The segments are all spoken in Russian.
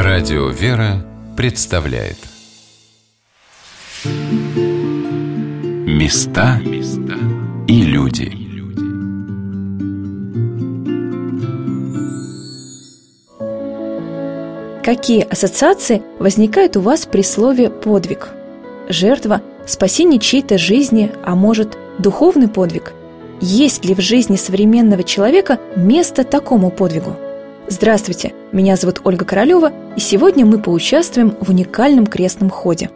Радио «Вера» представляет Места и люди. Какие ассоциации возникают у вас при слове «подвиг»? Жертва, спасение чьей-то жизни, а может, духовный подвиг? Есть ли в жизни современного человека место такому подвигу? Здравствуйте, меня зовут Ольга Королева, и сегодня мы поучаствуем в уникальном крестном ходе.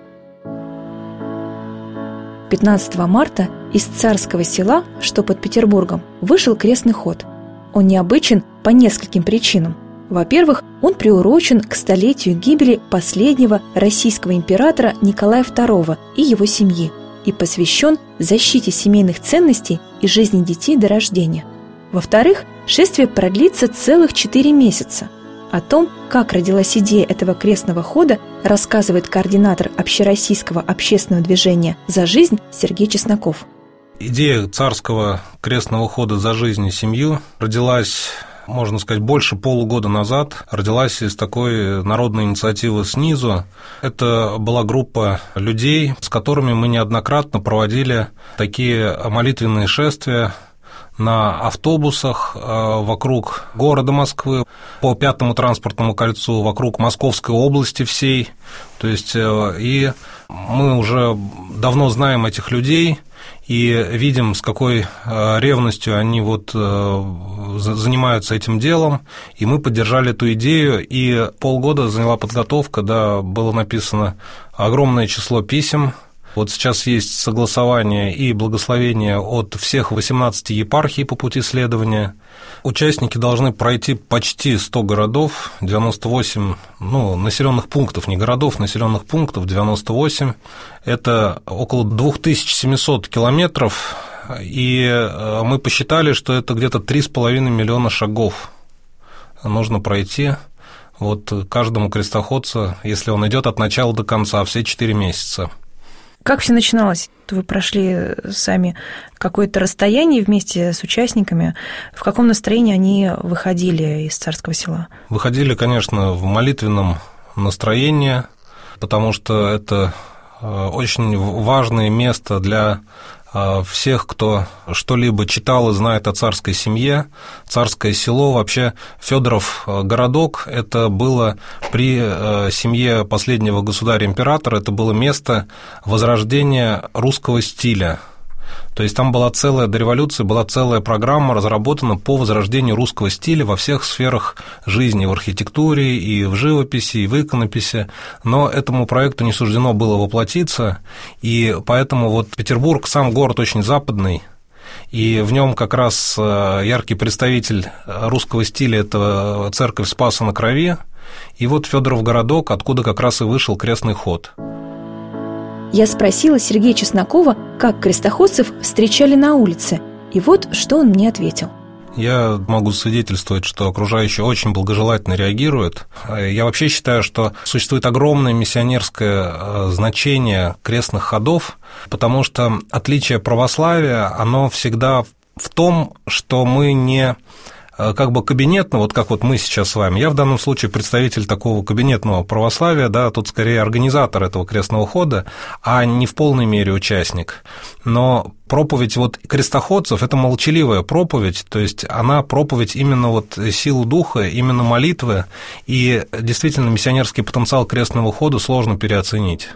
15 марта из Царского Села, что под Петербургом, вышел крестный ход. Он необычен по нескольким причинам. Во-первых, он приурочен к столетию гибели последнего российского императора Николая II и его семьи и посвящен защите семейных ценностей и жизни детей до рождения. Во-вторых, шествие продлится целых 4 месяца. О том, как родилась идея этого крестного хода, рассказывает координатор общероссийского общественного движения «За жизнь» Сергей Чесноков. Идея царского крестного хода «За жизнь и семью» родилась, можно сказать, больше полугода назад. Родилась из такой народной инициативы снизу. Это была группа людей, с которыми мы неоднократно проводили такие молитвенные шествия на автобусах вокруг города Москвы, по 5-му транспортному кольцу, вокруг Московской области всей. То есть, и мы уже давно знаем этих людей и видим, с какой ревностью они занимаются этим делом, и мы поддержали эту идею, и полгода заняла подготовка, да, было написано огромное число писем. Вот сейчас есть согласование и благословение от всех 18 епархий по пути следования. Участники должны пройти почти 100 городов, 98 населенных пунктов, не городов, населенных пунктов, 98. Это около 2700 километров, и мы посчитали, что это где-то 3,5 миллиона шагов нужно пройти каждому крестоходцу, если он идет от начала до конца, все 4 месяца. Как все начиналось? Вы прошли сами какое-то расстояние вместе с участниками. В каком настроении они выходили из Царского Села? Выходили, конечно, в молитвенном настроении, потому что это очень важное место для всех, кто что-либо читал и знает о царской семье. Царское село, вообще Фёдоров городок, это было при семье последнего государя-императора, это было место возрождения русского стиля. То есть там была до революции была целая программа разработана по возрождению русского стиля во всех сферах жизни, в архитектуре, и в живописи, и в иконописи, но этому проекту не суждено было воплотиться, и поэтому Петербург, сам город очень западный, и в нем как раз яркий представитель русского стиля – это церковь Спаса на Крови, и Фёдоров городок, откуда как раз и вышел крестный ход. Я спросила Сергея Чеснокова, как крестоходцев встречали на улице, и что он мне ответил. Я могу свидетельствовать, что окружающие очень благожелательно реагируют. Я вообще считаю, что существует огромное миссионерское значение крестных ходов, потому что отличие православия, оно всегда в том, что мы не кабинетно, как мы сейчас с вами. Я в данном случае представитель такого кабинетного православия, да, тут скорее организатор этого крестного хода, а не в полной мере участник. Но проповедь крестоходцев – это молчаливая проповедь, то есть она проповедь именно силы духа, именно молитвы, и действительно миссионерский потенциал крестного хода сложно переоценить.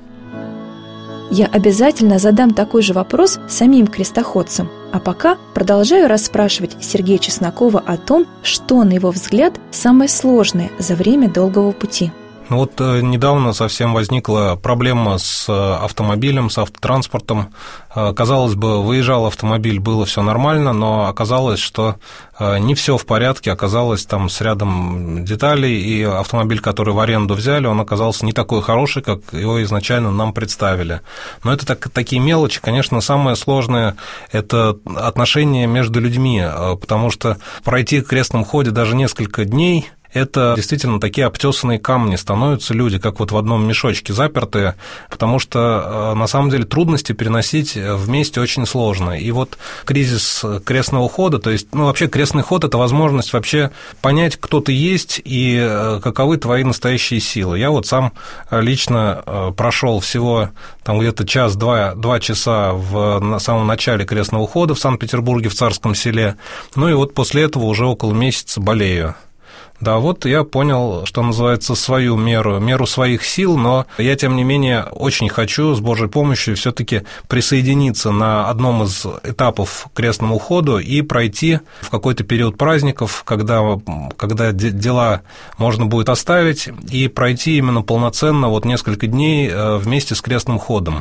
Я обязательно задам такой же вопрос самим крестоходцам, а пока продолжаю расспрашивать Сергея Чеснокова о том, что, на его взгляд, самое сложное за время долгого пути. Недавно совсем возникла проблема с автомобилем, с автотранспортом. Казалось бы, выезжал автомобиль, было все нормально, но оказалось, что не все в порядке, оказалось там с рядом деталей, и автомобиль, который в аренду взяли, он оказался не такой хороший, как его изначально нам представили. Но это такие мелочи. Конечно, самое сложное – это отношения между людьми, потому что пройти в крестном ходе даже несколько дней – это действительно такие обтесанные камни становятся люди, как вот в одном мешочке запертые, потому что на самом деле трудности переносить вместе очень сложно. И вот кризис крестного хода, то есть, вообще крестный ход – это возможность вообще понять, кто ты есть и каковы твои настоящие силы. Я вот сам лично прошел всего там где-то час-два часа на самом начале крестного хода в Санкт-Петербурге, в Царском Селе, и вот после этого уже около месяца болею. Да, вот я понял, что называется, свою меру своих сил, но я, тем не менее, очень хочу с Божьей помощью все-таки присоединиться на одном из этапов к крестному ходу и пройти в какой-то период праздников, когда дела можно будет оставить, и пройти именно полноценно вот несколько дней вместе с крестным ходом.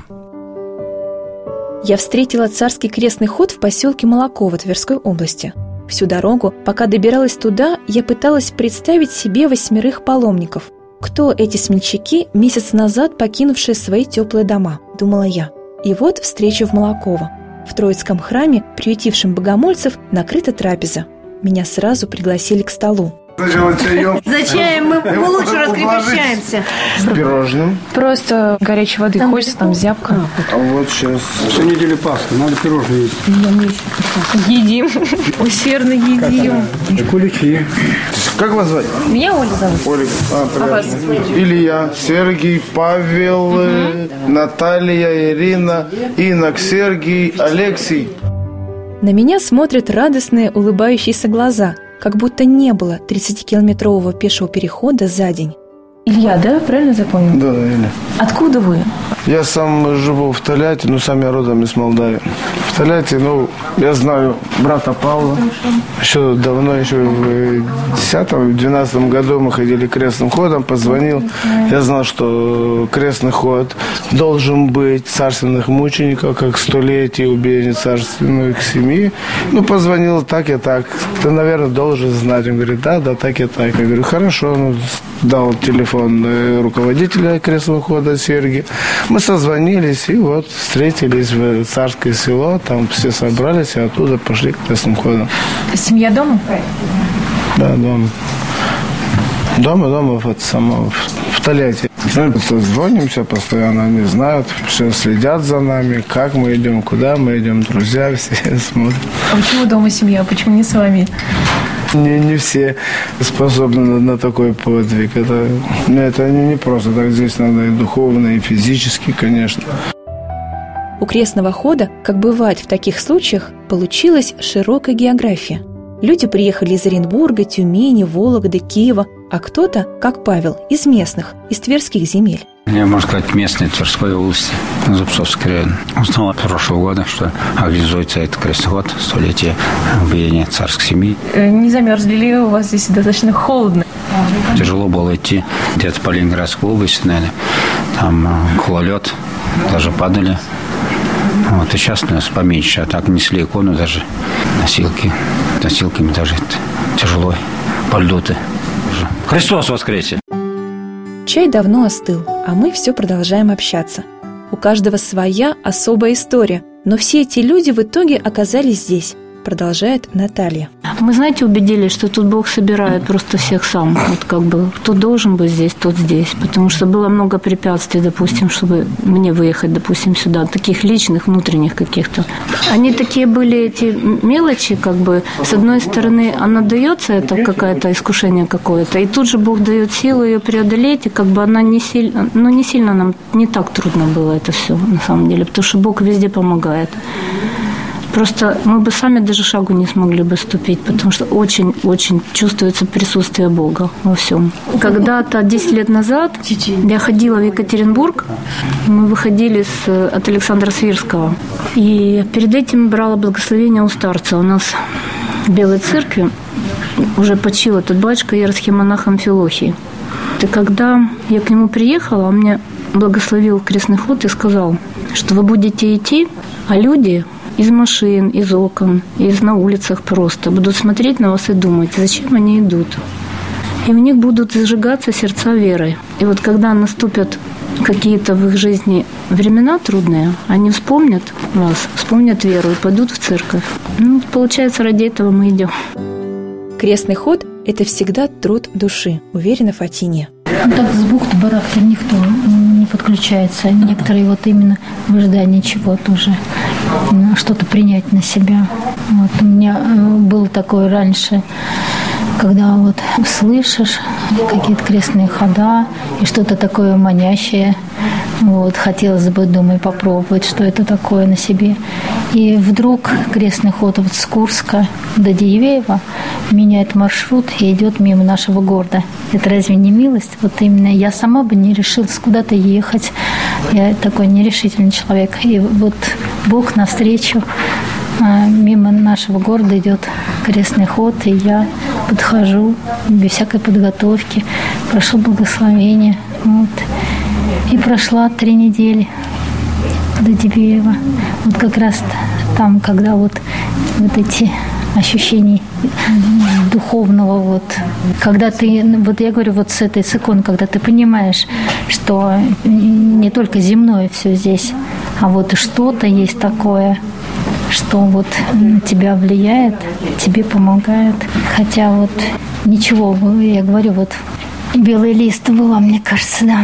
Я встретила царский крестный ход в поселке Молоково Тверской области. Всю дорогу, пока добиралась туда, я пыталась представить себе 8 паломников. Кто эти смельчаки, месяц назад покинувшие свои теплые дома, думала я. И вот встреча в Молоково. В Троицком храме, приютившем богомольцев, накрыта трапеза. Меня сразу пригласили к столу. За чаем мы лучше раскрепощаемся. С пирожным. Просто горячей воды хочется, там зябко. А вот сейчас. Всю неделю Пасха, надо пирожные есть. Едим. Усердно едим. Куличи. Как вас звать? Меня Оля зовут. Оля. Приятно. Илья, Сергей, Павел, Наталья, Ирина, Инок, Сергей, Алексей. На меня смотрят радостные, улыбающиеся глаза, как будто не было 30-километрового пешего перехода за день. Илья, да? Правильно запомнил? Да, Илья. Откуда вы? Я сам живу в Тольятти, сам я родом из Молдавии. В Тольятти, я знаю брата Павла. Еще давно, еще в 10-12 году мы ходили крестным ходом, позвонил. Я знал, что крестный ход должен быть царственных мучеников, как столетие убиения царственных семьи. Позвонил так и так. Ты, наверное, должен знать. Он говорит, да, так и так. Я говорю, хорошо. Дал телефон руководителя крестного хода Сергия. Мы созвонились и вот встретились в Царское село. Там все собрались и оттуда пошли к крестным ходам. Семья дома? Да, дома. Дома в Тольятти. Мы созвонимся постоянно, они знают, все следят за нами, как мы идем, куда мы идем, друзья все смотрят. А почему дома семья, почему не с вами? Не все способны на такой подвиг. Это не просто так. Здесь надо и духовно, и физически, конечно. У крестного хода, как бывает в таких случаях, получилась широкая география. Люди приехали из Оренбурга, Тюмени, Вологды, Киева, а кто-то, как Павел, из местных, из тверских земель. Я, можно сказать, местный Тверской области, Зубцовский район. Узнал от прошлого года, что организуется этот крестный ход, столетие убиения царской семьи. Не замерзли ли у вас здесь достаточно холодно? Тяжело было идти где-то по Ленинградской области, наверное. Там гололед, даже падали. Вот, и сейчас у нас поменьше, а так несли икону даже, носилками даже тяжело, по льду-то. Христос воскресе! Чай давно остыл, а мы все продолжаем общаться. У каждого своя особая история, но все эти люди в итоге оказались здесь, продолжает Наталья. Мы, знаете, убедились, что тут Бог собирает просто всех сам. Кто должен быть здесь, тот здесь. Потому что было много препятствий, допустим, чтобы мне выехать, допустим, сюда. Таких личных, внутренних каких-то. Они такие были, эти мелочи, с одной стороны, она дается, это какое-то искушение какое-то, и тут же Бог дает силу ее преодолеть, и она не сильно нам, не так трудно было это все, на самом деле, потому что Бог везде помогает. Просто мы бы сами даже шагу не смогли бы ступить, потому что очень-очень чувствуется присутствие Бога во всем. Когда-то, 10 лет назад, я ходила в Екатеринбург, мы выходили от Александра Свирского, и перед этим брала благословение у старца. У нас в Белой церкви уже почил этот батюшка иерархимонах Амфилохий. И когда я к нему приехала, он мне благословил крестный ход и сказал, что вы будете идти, а люди из машин, из окон, на улицах просто будут смотреть на вас и думать, зачем они идут. И у них будут зажигаться сердца верой. И вот когда наступят какие-то в их жизни времена трудные, они вспомнят вас, вспомнят веру и пойдут в церковь. Получается, ради этого мы идем. Крестный ход – это всегда труд души, уверена Фатиния. Так с бухты-барахты никто не подключается. Некоторые вот именно в ожидании чего-то уже, что-то принять на себя. Вот у меня было такое раньше, когда вот слышишь какие-то крестные хода и что-то такое манящее. Вот, хотелось бы, думаю, попробовать, что это такое на себе. И вдруг крестный ход вот с Курска до Дивеева меняет маршрут и идет мимо нашего города. Это разве не милость? Вот именно я сама бы не решилась куда-то ехать. Я такой нерешительный человек. И вот Бог навстречу. Мимо нашего города идет крестный ход, и я подхожу без всякой подготовки, прошу благословения. Вот. И прошла 3 недели до Дивеева. Вот как раз там, когда вот эти ощущения духовного, вот, когда ты, вот я говорю, вот с этой иконы, когда ты понимаешь, что не только земное все здесь, а вот что-то есть такое, что вот на тебя влияет, тебе помогает. Хотя вот ничего, я говорю, вот белый лист была, мне кажется, да.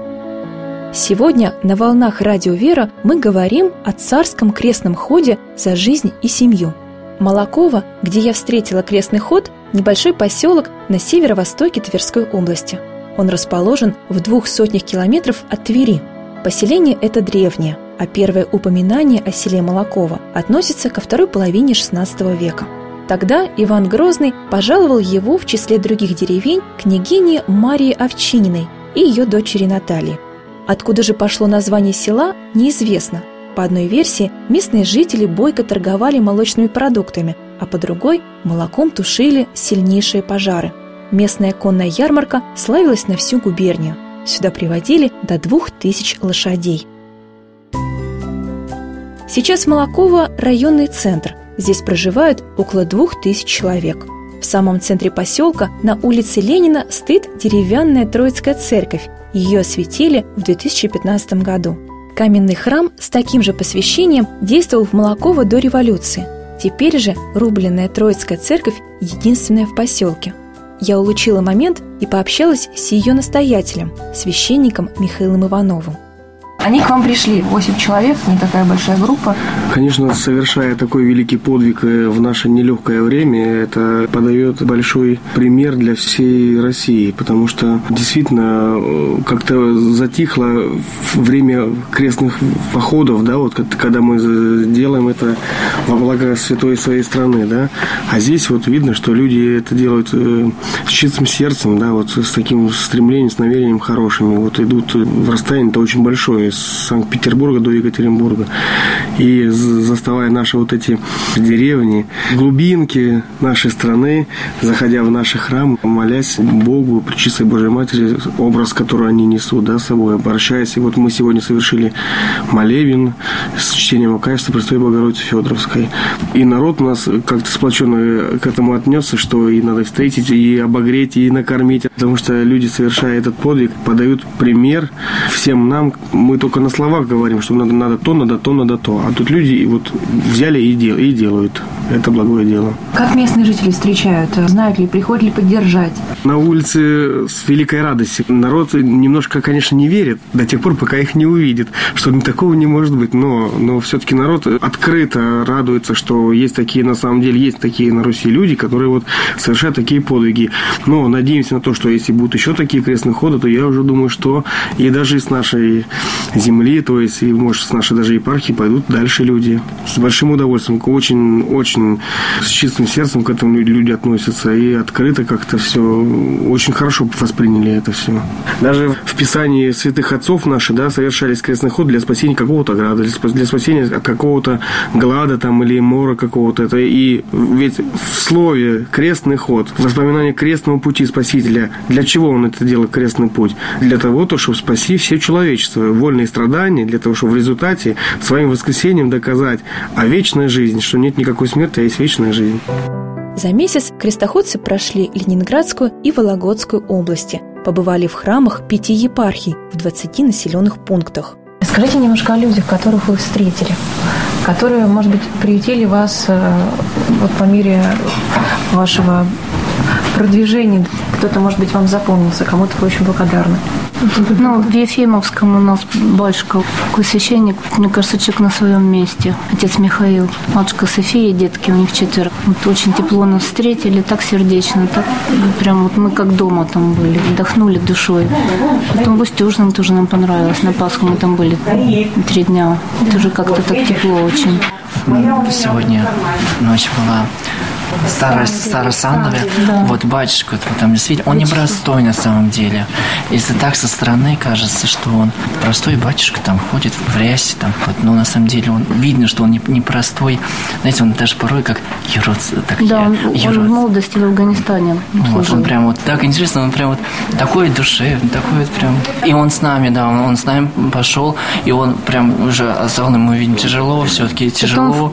Сегодня на волнах Радио Вера мы говорим о царском крестном ходе за жизнь и семью. Молоково, где я встретила крестный ход, небольшой поселок на северо-востоке Тверской области. Он расположен в 200 километров от Твери. Поселение это древнее, а первое упоминание о селе Молоково относится ко второй половине XVI века. Тогда Иван Грозный пожаловал его в числе других деревень княгине Марии Овчининой и ее дочери Натальи. Откуда же пошло название села, неизвестно. По одной версии, местные жители бойко торговали молочными продуктами, а по другой – молоком тушили сильнейшие пожары. Местная конная ярмарка славилась на всю губернию. Сюда приводили до 2000 лошадей. Сейчас Молоково – районный центр. Здесь проживают около 2000 человек. В самом центре поселка, на улице Ленина, стоит деревянная Троицкая церковь. Ее осветили в 2015 году. Каменный храм с таким же посвящением действовал в Молоково до революции. Теперь же рубленная Троицкая церковь единственная в поселке. Я улучила момент и пообщалась с ее настоятелем, священником Михаилом Ивановым. Они к вам пришли, 8 человек, не такая большая группа. Конечно, совершая такой великий подвиг в наше нелегкое время, это подает большой пример для всей России, потому что действительно как-то затихло время крестных походов, да, вот когда мы делаем это во благо святой своей страны, да, а здесь вот видно, что люди это делают с чистым сердцем, да, вот с таким стремлением, с намерением хорошими, вот идут в расстояние-то очень большое, с Санкт-Петербурга до Екатеринбурга. И заставая наши вот эти деревни, глубинки нашей страны, заходя в наши храмы, молясь Богу, Пречистой Божьей Матери, образ, который они несут, да, с собой, обращаясь. И вот мы сегодня совершили молебен с чтением Акафиста Пресвятой Богородицы Федоровской. И народ у нас как-то сплоченно к этому отнесся, что и надо встретить, и обогреть, и накормить. Потому что люди, совершая этот подвиг, подают пример всем нам. Мы только на словах говорим, что надо то. А тут люди вот взяли и делают это благое дело. Как местные жители встречают? Знают ли, приходят ли поддержать? На улице с великой радостью. Народ немножко, конечно, не верит до тех пор, пока их не увидит, что такого не может быть. Но все-таки народ открыто радуется, что есть такие, на самом деле, есть такие на Руси люди, которые вот совершают такие подвиги. Но надеемся на то, что если будут еще такие крестные ходы, то я уже думаю, что и даже из нашей земли, то есть, и, может, с нашей даже епархии пойдут дальше люди. С большим удовольствием, очень с чистым сердцем к этому люди относятся, и открыто как-то все, очень хорошо восприняли это все. Даже в Писании святых отцов наших, да, совершались крестный ход для спасения какого-то града, для спасения от какого-то глада там, или мора какого-то. Это и ведь в слове крестный ход, воспоминание крестного пути Спасителя, для чего он это делает, крестный путь? Для того, чтобы спасти все человечество, вольные страдания, для того, чтобы в результате своим воскресением доказать о вечной жизни, что нет никакой смерти, а есть вечная жизнь. За месяц крестоходцы прошли Ленинградскую и Вологодскую области, побывали в храмах 5 епархий в 20 населенных пунктах. Скажите немножко о людях, которых вы встретили. которые, может быть, приютили вас вот по мере вашего продвижения. Кто-то, может быть, вам запомнился, кому-то вы очень благодарны. Ну, в Ефимовском у нас батюшка, такой священник, мне кажется, человек на своем месте. Отец Михаил, матушка София, детки, у них 4. Вот очень тепло нас встретили, так сердечно, так прям вот мы как дома там были, вдохнули душой. Потом в Устюжном тоже нам понравилось. На Пасху мы там были 3 дня. Тоже как-то так тепло очень. Сегодня ночь была в Старосанове. Да. Вот батюшка, вот там действительно, он непростой на самом деле. Если так со стороны кажется, что он простой батюшка, там ходит в рясе, там, вот, но на самом деле он видно, что он непростой. Знаете, он даже порой как юрод. Да, он в молодости в Афганистане вот, он прям вот так интересно, он прям вот такой душевный, такой вот прям. И он с нами, да, он с нами пошел, и он прям уже остался, мы видим, тяжело, все-таки тяжело.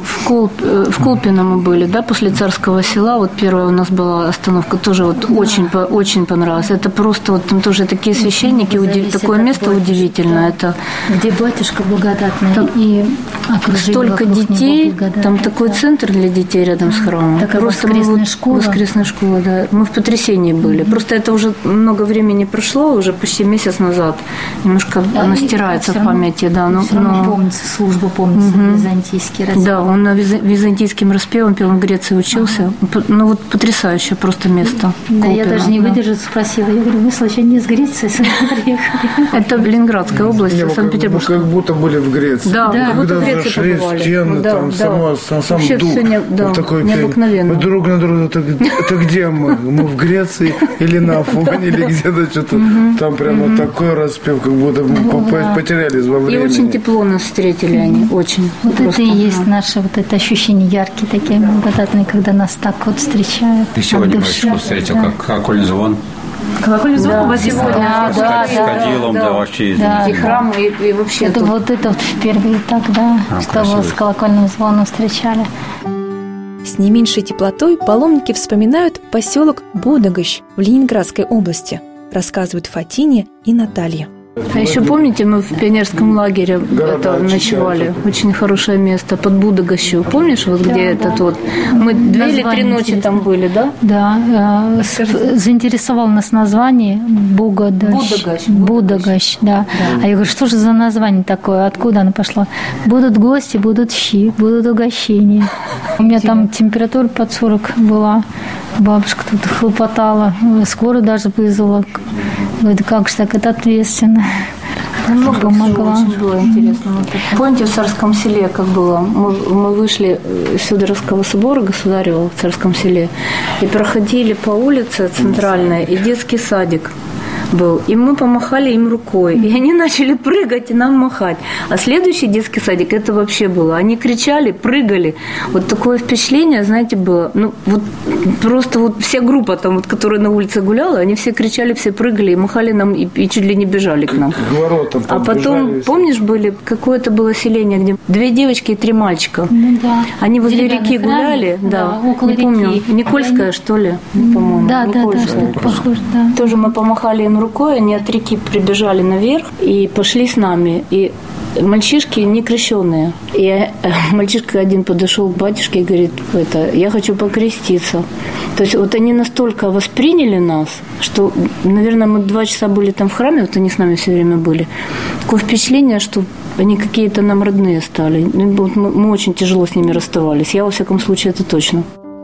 В Колпино мы были, да, после Царского Села, вот первая у нас была остановка, тоже вот очень понравилось. Это просто вот там тоже такие священники, такое место удивительное. Это где батюшка благодатный и столько детей, там такой центр для детей рядом с храмом. Такая воскресная школа. Воскресная школа, да. Мы в потрясении были. Просто это уже много времени прошло, уже почти месяц назад. Немножко оно стирается в памяти, да. Но помнится, служба помнится, византийский распев. Да, он византийским распевом пел, в Греции учился. Ну вот потрясающее просто место. Да, я даже не выдержала, спросила. Я говорю, вы случайно не из Греции приехали? Это Ленинградская область, Санкт-Петербург. Как будто были в Греции. Да, как будто в Греции побывали. Стены, там сам дух. Такой необыкновенно. Мы друг на друга, это где мы? Мы в Греции или на Афоне, или где-то что-то. Там прямо такой распев, как будто мы потерялись во времени. И очень тепло нас встретили они, очень. Вот это и есть наше вот это ощущение яркие такие, благодатные, когда нас так вот встречают. Ты сегодня батюшку встретил, как колокольный звон. Колокольный звон у вас сегодня? Да, с кадилом, да, вообще. Да. И храм, и вообще. Это вот это вот впервые тогда, что вас с колокольным звоном встречали. С не меньшей теплотой паломники вспоминают поселок Будагощ в Ленинградской области, рассказывают Фатиния и Наталья. А еще помните, мы в пионерском лагере ночевали. Очень хорошее место под Будагощу. Помнишь, вот где этот вот? Мы 2 или 3 ночи там были, да? Да. Заинтересовало нас название Будагощ, да. А я говорю, что же за название такое? Откуда оно пошло? Будут гости, будут щи, будут угощения. У меня там температура под 40 была. Бабушка тут хлопотала, скорую даже вызвала. Говорит, как же так, это ответственно. Много помогла. Очень было интересно. Помните, в Царском Селе как было? Мы вышли из Федоровского собора Государева в Царском Селе и проходили по улице центральной, и детский садик был. И мы помахали им рукой. И они начали прыгать и нам махать. А следующий детский садик, это вообще было. Они кричали, прыгали. Вот такое впечатление, знаете, было. Ну, вот просто вот вся группа там, вот, которая на улице гуляла, они все кричали, все прыгали и махали нам, и чуть ли не бежали к нам. А потом, помнишь, какое-то было селение, где 2 девочки и 3 мальчика. Ну, да. Они возле реки гуляли. Да, около не помню. реки. Никольская, что ли? По-моему. Да, что-то похоже, да. Тоже мы помахали им рукой, они от реки прибежали наверх и пошли с нами. И мальчишки не крещенные. И мальчишка один подошел к батюшке и говорит, я хочу покреститься. То есть вот они настолько восприняли нас, что, наверное, мы 2 часа были там в храме, вот они с нами все время были. Такое впечатление, что они какие-то нам родные стали. Мы очень тяжело с ними расставались. Я, во всяком случае, это точно.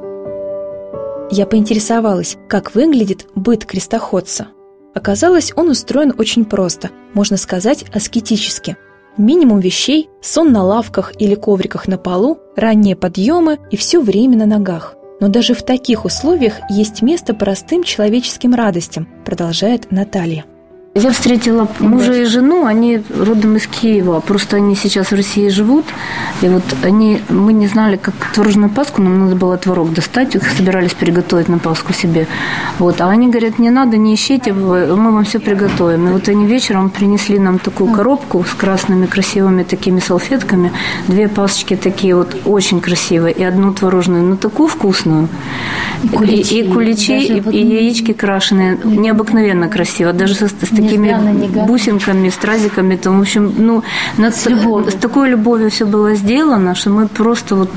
Я поинтересовалась, как выглядит быт крестоходца. Оказалось, он устроен очень просто, можно сказать, аскетически. Минимум вещей, сон на лавках или ковриках на полу, ранние подъемы и все время на ногах. Но даже в таких условиях есть место простым человеческим радостям, продолжает Наталья. Я встретила мужа и жену, они родом из Киева, просто они сейчас в России живут, и вот мы не знали, как творожную Пасху, нам надо было творог достать, их собирались приготовить на Пасху себе, вот, а они говорят, не надо, не ищите, мы вам все приготовим, и вот они вечером принесли нам такую коробку с красными красивыми такими салфетками, 2 пасочки такие вот очень красивые, и 1 творожную, но такую вкусную, и куличи, и яички крашеные, необыкновенно красиво, даже с такими бусинками, стразиками. Там, в общем, с такой любовью все было сделано, что мы просто вот,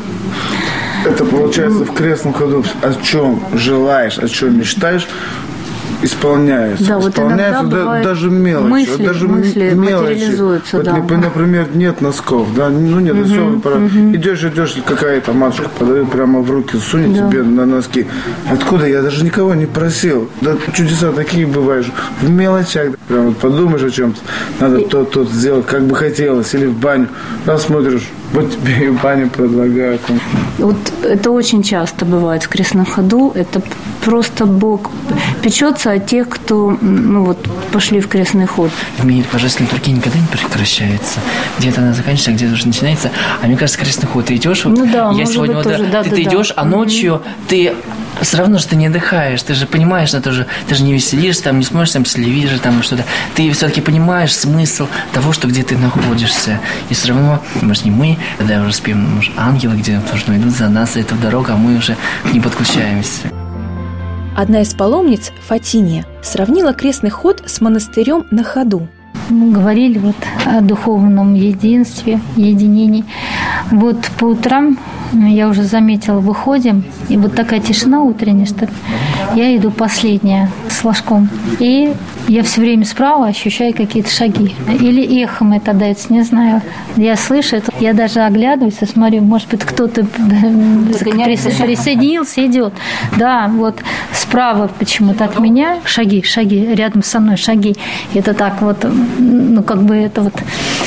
Это получается в крестном ходу, о чем желаешь, о чем мечтаешь, исполняется. Да, вот исполняется даже мелочь. Мысли материализуются. Вот, да. Например, нет носков, да, нет, все, идешь, какая-то матушка подает, прямо в руки сунет тебе на носки. Откуда? Я даже никого не просил. Да, чудеса такие бывают. В мелочах. Прям вот подумаешь о чем-то. Надо то сделать, как бы хотелось. Или в баню. Раз смотришь, вот тебе и в баню предлагают. Вот это очень часто бывает в крестном ходу. Это просто Бог печется о тех, кто пошли в крестный ход. В мире божественной турки никогда не прекращается. Где-то она заканчивается, а где-то уже начинается. А мне кажется, крестный ход ты идешь, я сегодня ты идешь, а ночью ты все равно же ты не отдыхаешь, ты же понимаешь, ты же не веселишься, там не смотришь там телевизор, там что-то. Ты все-таки понимаешь смысл того, что где ты находишься. И все равно, может, не мы, когда уже спим, может, ангелы где-то, потому что идут за нас эту дорогу, а мы уже не подключаемся. Одна из паломниц, Фатиния, сравнила крестный ход с монастырем на ходу. Мы говорили о духовном единстве, единении. Вот по утрам, я уже заметила, выходим, и вот такая тишина утренняя, что я иду последняя с флажком. И я все время справа ощущаю какие-то шаги. Или эхом это дается, не знаю. Я слышу это, я даже оглядываюсь и смотрю, может быть, кто-то присоединился, идет. Да, вот справа почему-то от меня шаги, рядом со мной шаги. Это так вот, это вот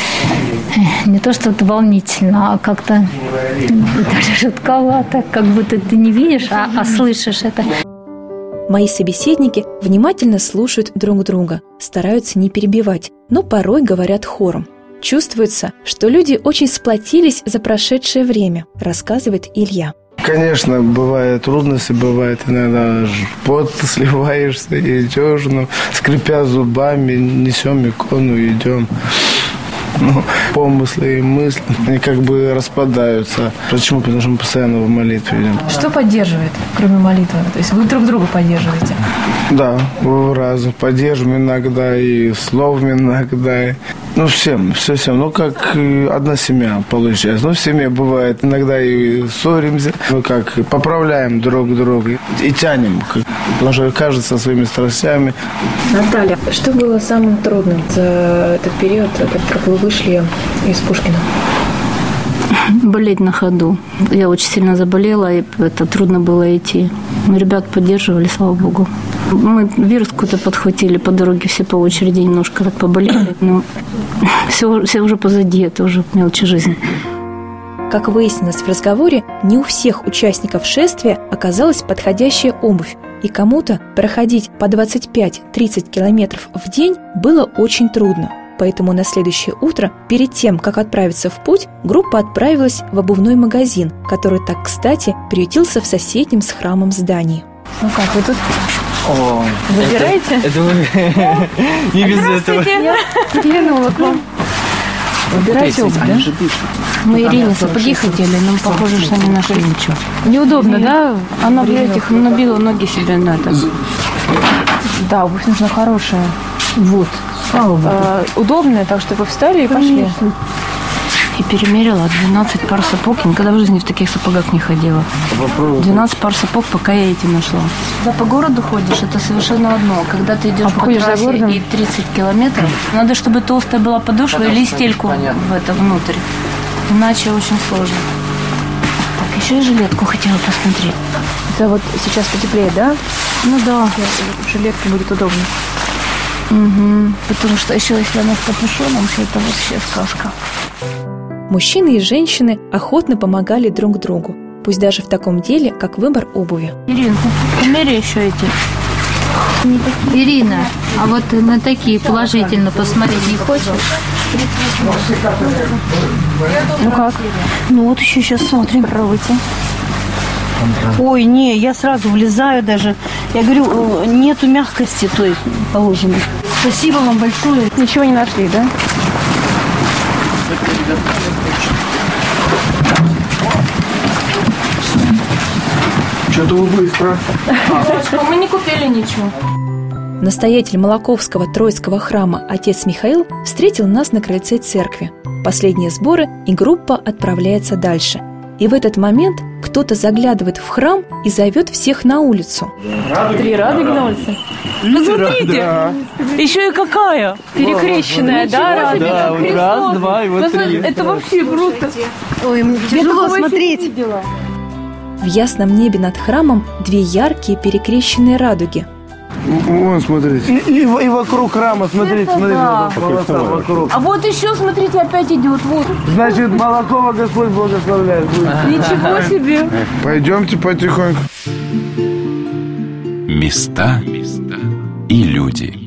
не то, что это волнительно, а как-то даже жутковато, как будто ты не видишь, а слышишь это. Мои собеседники внимательно слушают друг друга, стараются не перебивать, но порой говорят хором. Чувствуется, что люди очень сплотились за прошедшее время, рассказывает Илья. Конечно, бывают трудности, бывает иногда пот сливаешься, идешь, скрипя зубами, несем икону, идем. Помыслы и мысли, они как бы распадаются. Почему? Потому что мы постоянно в молитве идем. Что поддерживает, кроме молитвы? То есть вы друг друга поддерживаете? Да, разом поддерживаем иногда, и словом иногда. Всем. Как одна семья получается. В семье бывает, иногда и ссоримся, поправляем друг друга и тянем, потому что каждый со своими страстями. Наталья, что было самым трудным за этот период, как вы вышли из Пушкина? Болеть на ходу. Я очень сильно заболела, и это трудно было идти. Но ребят поддерживали, слава богу. Мы вирус какой-то подхватили по дороге, все по очереди немножко так поболели. Но все уже позади, это уже мелочи жизни. Как выяснилось в разговоре, не у всех участников шествия оказалась подходящая обувь, и кому-то проходить по 25-30 километров в день было очень трудно. Поэтому на следующее утро, перед тем, как отправиться в путь, группа отправилась в обувной магазин, который так кстати приютился в соседнем с храмом здании. Как вы тут выбираете? Это вы не без этого. Заглянула к вам. Выбирайте обувь, да? Мы Ирине сапоги хотели, но похоже, что не нашли ничего. Неудобно, да? Она набила ноги себе на это. Да, обувь нужна хорошая. Вот. Удобная, так что вы встали и пошли. И перемерила 12 пар сапог. Я никогда в жизни в таких сапогах не ходила. 12 пар сапог, пока я эти нашла. Когда по городу ходишь, это совершенно одно. Когда ты идешь по трассе и 30 километров, надо, чтобы толстая была подошва или стельку в это внутрь. Иначе очень сложно. Так, еще и жилетку хотела посмотреть. Это вот сейчас потеплее, да? Да. Жилетка будет удобно. Угу. Потому что еще если она с капюшоном, все это вообще сказка. Мужчины и женщины охотно помогали друг другу, пусть даже в таком деле, как выбор обуви. Ирина, помери еще эти. Ирина, а вот на такие положительно посмотреть не хочешь? Как? Вот еще сейчас смотрим. Пробуйте. Ой, не, я сразу влезаю даже. Я говорю, нету мягкости той положенной. Спасибо вам большое. Ничего не нашли, да? Что-то вы быстро. Мы не купили ничего. Настоятель Молоковского Троицкого храма отец Михаил встретил нас на крыльце церкви. Последние сборы, и группа отправляется дальше. И в этот момент кто-то заглядывает в храм и зовет всех на улицу. 3 радуги на улице? Посмотрите! Да. Еще и какая? Перекрещенная, да? Да, вот раз, два и вот 3. Это вообще просто... Ой, мне тяжело смотреть. В ясном небе над храмом 2 яркие перекрещенные радуги. Вон, смотрите. И вокруг храма, смотрите, да. полоса вокруг. А вот еще, смотрите, опять идет. Вот. Значит, Молокова Господь благословляет. Ничего себе. Пойдемте потихоньку. Места и люди.